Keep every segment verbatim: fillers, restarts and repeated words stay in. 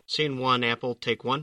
Scene one, Apple, take one.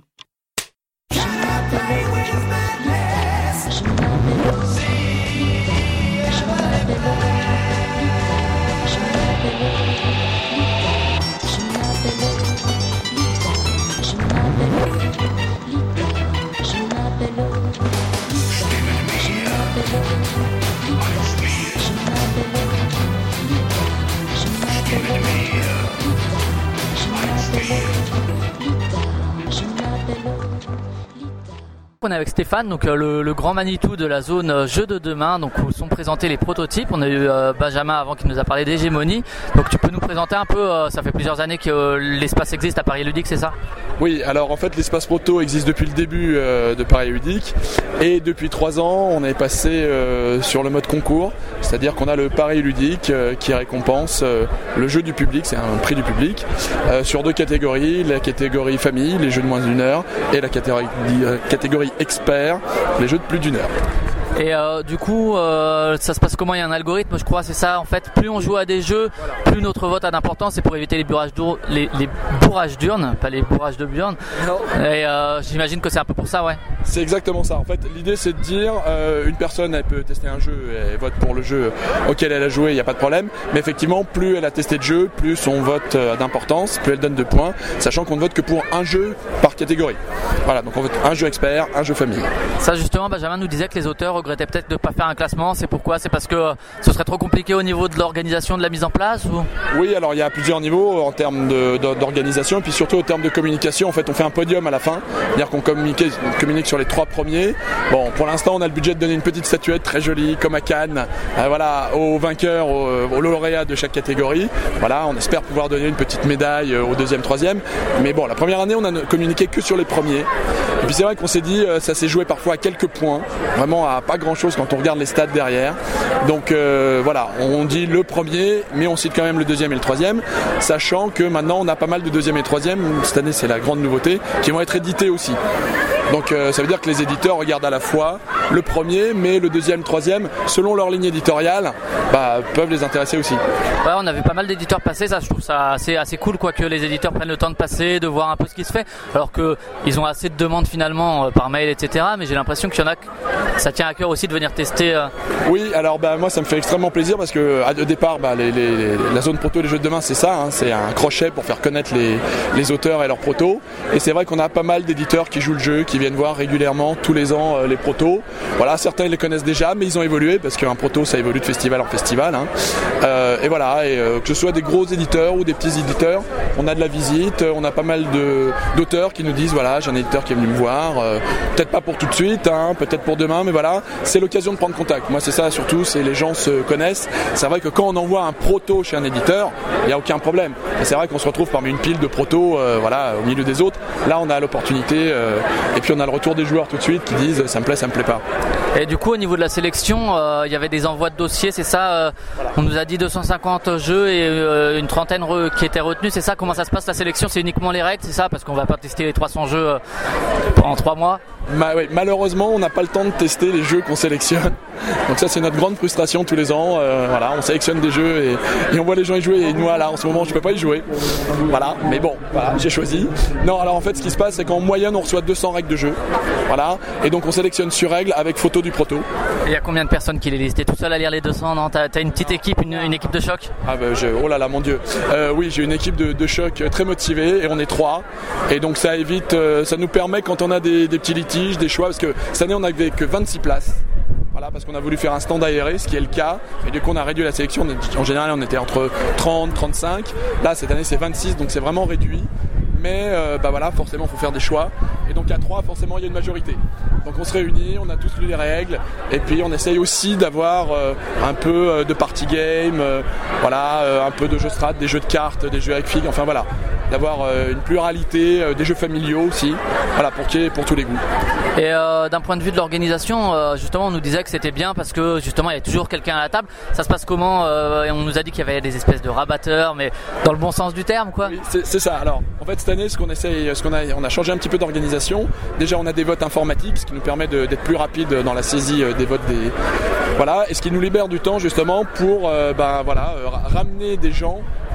On est avec Stéphane, donc euh, le, le grand Manitou de la zone euh, jeux de demain, donc où sont présentés les prototypes. On a eu euh, Benjamin avant qui nous a parlé d'hégémonie. Donc tu peux nous présenter un peu, euh, ça fait plusieurs années que euh, l'espace existe à Paris Ludique, c'est ça? Oui, alors en fait l'espace proto existe depuis le début euh, de Paris Ludique et depuis trois ans on est passé euh, sur le mode concours, c'est-à-dire qu'on a le Paris Ludique euh, qui récompense euh, le jeu du public, c'est un prix du public, euh, sur deux catégories, la catégorie famille, les jeux de moins d'une heure, et la catégorie, euh, catégorie expert, les jeux de plus d'une heure. Et euh, du coup, euh, ça se passe comment? Il y a un algorithme, je crois, c'est ça. En fait, plus on joue à des jeux, plus notre vote a d'importance. C'est pour éviter les bourrages d'urnes, les, les bourrages d'urnes, pas les bourrages de burnes. Et euh, j'imagine que c'est un peu pour ça, ouais. C'est exactement ça. En fait, l'idée c'est de dire, euh, une personne, elle peut tester un jeu, elle vote pour le jeu auquel elle a joué, il n'y a pas de problème. Mais effectivement, plus elle a testé de jeu, plus son vote a d'importance, plus elle donne de points, sachant qu'on ne vote que pour un jeu par catégorie. Voilà, donc on vote un jeu expert, un jeu famille. Ça justement, Benjamin nous disait que les auteurs regrettaient peut-être de ne pas faire un classement. C'est pourquoi? C'est parce que ce serait trop compliqué au niveau de l'organisation, de la mise en place ou... Oui, alors il y a plusieurs niveaux en termes de, de, d'organisation et puis surtout en termes de communication. En fait, on fait un podium à la fin, c'est-à-dire qu'on communique, communique sur les trois premiers. Bon, pour l'instant, on a le budget de donner une petite statuette très jolie, comme à Cannes, euh, voilà, aux vainqueurs, aux, aux lauréats de chaque catégorie. Voilà, on espère pouvoir donner une petite médaille au deuxième, troisième. Mais bon, la première année, on a communiqué que sur les premiers. Et puis c'est vrai qu'on s'est dit, euh, ça s'est joué parfois à quelques points, vraiment à pas grand-chose quand on regarde les stats derrière. Donc euh, voilà, on dit le premier, mais on cite quand même le deuxième et le troisième, sachant que maintenant on a pas mal de deuxième et troisième, cette année c'est la grande nouveauté, qui vont être édités aussi. Donc euh, ça veut dire que les éditeurs regardent à la fois le premier, mais le deuxième, troisième, selon leur ligne éditoriale, bah, peuvent les intéresser aussi. Ouais, on a vu pas mal d'éditeurs passer, ça je trouve ça assez, assez cool quoi, que les éditeurs prennent le temps de passer, de voir un peu ce qui se fait, alors qu'ils ont assez de demandes finalement euh, par mail, et cetera. Mais j'ai l'impression qu'il y en a, ça tient à cœur aussi de venir tester. Euh... Oui, alors bah, moi ça me fait extrêmement plaisir parce que à, au départ, bah, les, les, les, la zone proto des jeux de demain c'est ça, hein, c'est un crochet pour faire connaître les, les auteurs et leurs protos. Et c'est vrai qu'on a pas mal d'éditeurs qui jouent le jeu, qui viennent voir régulièrement tous les ans euh, les protos. Voilà, certains ils les connaissent déjà, mais ils ont évolué parce qu'un proto ça évolue de festival en festival. Hein. Euh, et voilà, et, euh, que ce soit des gros éditeurs ou des petits éditeurs, on a de la visite, on a pas mal de, d'auteurs qui nous disent voilà, j'ai un éditeur qui est venu me voir, euh, peut-être pas pour tout de suite, hein, peut-être pour demain, mais voilà, c'est l'occasion de prendre contact. Moi c'est ça surtout, c'est les gens se connaissent. C'est vrai que quand on envoie un proto chez un éditeur, il n'y a aucun problème. Et c'est vrai qu'on se retrouve parmi une pile de protos, euh, voilà, au milieu des autres. Là on a l'opportunité, euh, et puis on a le retour des joueurs tout de suite qui disent ça me plaît, ça me plaît pas. Et du coup au niveau de la sélection, euh, il y avait des envois de dossiers, c'est ça, euh, voilà. On nous a dit deux cent cinquante jeux et euh, une trentaine re- qui étaient retenus, c'est ça? Comment ça se passe la sélection? C'est uniquement les règles, c'est ça? Parce qu'on va pas tester les trois cents jeux euh, en trois mois. Ma, ouais, malheureusement on n'a pas le temps de tester les jeux qu'on sélectionne, donc ça c'est notre grande frustration tous les ans. Euh, voilà, on sélectionne des jeux et, et on voit les gens y jouer, et moi là en ce moment je peux pas y jouer, voilà, mais bon, voilà, j'ai choisi. Non, alors en fait ce qui se passe c'est qu'en moyenne on reçoit deux cents règles de jeu, voilà, et donc on sélectionne sur règle avec photo du proto. Il y a combien de personnes qui les lisent? T'es tout seul à lire les deux cents? Non, t'as, t'as une petite équipe, une, une équipe de choc? Ah bah je, oh là là mon dieu, euh, oui j'ai une équipe de, de choc très motivée et on est trois, et donc ça évite, euh, ça nous permet quand on a des, des petits litiges, des choix, parce que cette année on n'avait que vingt-six places. Voilà, parce qu'on a voulu faire un stand aéré, ce qui est le cas, et du coup on a réduit la sélection. En général on était entre trente, trente-cinq, là cette année c'est vingt-six, donc c'est vraiment réduit. Mais euh, bah voilà, forcément il faut faire des choix, et donc à trois forcément il y a une majorité. Donc on se réunit, on a tous lu les règles, et puis on essaye aussi d'avoir euh, un peu euh, de party game, euh, voilà, euh, un peu de jeux strat, des jeux de cartes, des jeux avec figues, enfin voilà, d'avoir euh, une pluralité, euh, des jeux familiaux aussi, voilà, pour, qui est, pour tous les goûts. Et euh, d'un point de vue de l'organisation, euh, justement on nous disait que c'était bien parce que justement il y a toujours quelqu'un à la table. Ça se passe comment? euh, et on nous a dit qu'il y avait des espèces de rabatteurs, mais dans le bon sens du terme quoi. Oui, c'est, c'est ça. Alors en fait cette année ce qu'on essaye, ce qu'on a, on a changé un petit peu d'organisation. Déjà on a des votes informatiques, ce qui nous permet de, d'être plus rapide dans la saisie des votes des, voilà, et ce qui nous libère du temps justement pour euh, ben, voilà, euh, ramener des gens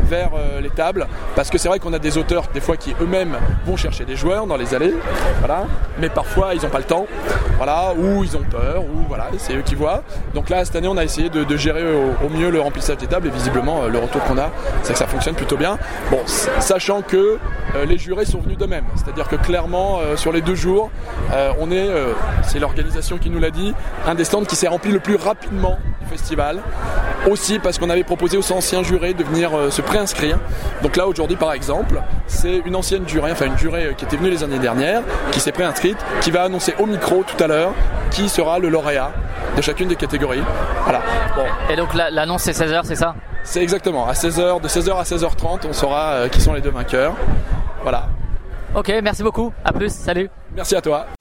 vers euh, les tables, parce que c'est vrai qu'on a des auteurs des fois qui eux-mêmes vont chercher des joueurs dans les allées, voilà, mais parfois ils n'ont pas le temps, voilà, ou ils ont peur, ou voilà, c'est eux qui voient. Donc là cette année on a essayé de, de gérer au, au mieux le remplissage des tables, et visiblement euh, le retour qu'on a, c'est que ça fonctionne plutôt bien. Bon, sachant que euh, les jurés sont venus d'eux-mêmes, c'est-à-dire que clairement euh, sur les deux jours, euh, on est, euh, c'est l'organisation qui nous l'a dit, un des stands qui s'est rempli le plus rapidement du festival. Aussi parce qu'on avait proposé aux anciens jurés de venir euh, se préinscrire. Donc là aujourd'hui par exemple, c'est une ancienne jurée, enfin une jurée qui était venue les années dernières, qui s'est préinscrite, qui va annoncer au micro tout à l'heure qui sera le lauréat de chacune des catégories. Voilà. Bon. Et donc la, l'annonce c'est seize heures, c'est ça ? C'est exactement, à seize heures, de seize heures à seize heures trente, on saura euh, qui sont les deux vainqueurs. Voilà. Ok, merci beaucoup, à plus, salut. Merci à toi.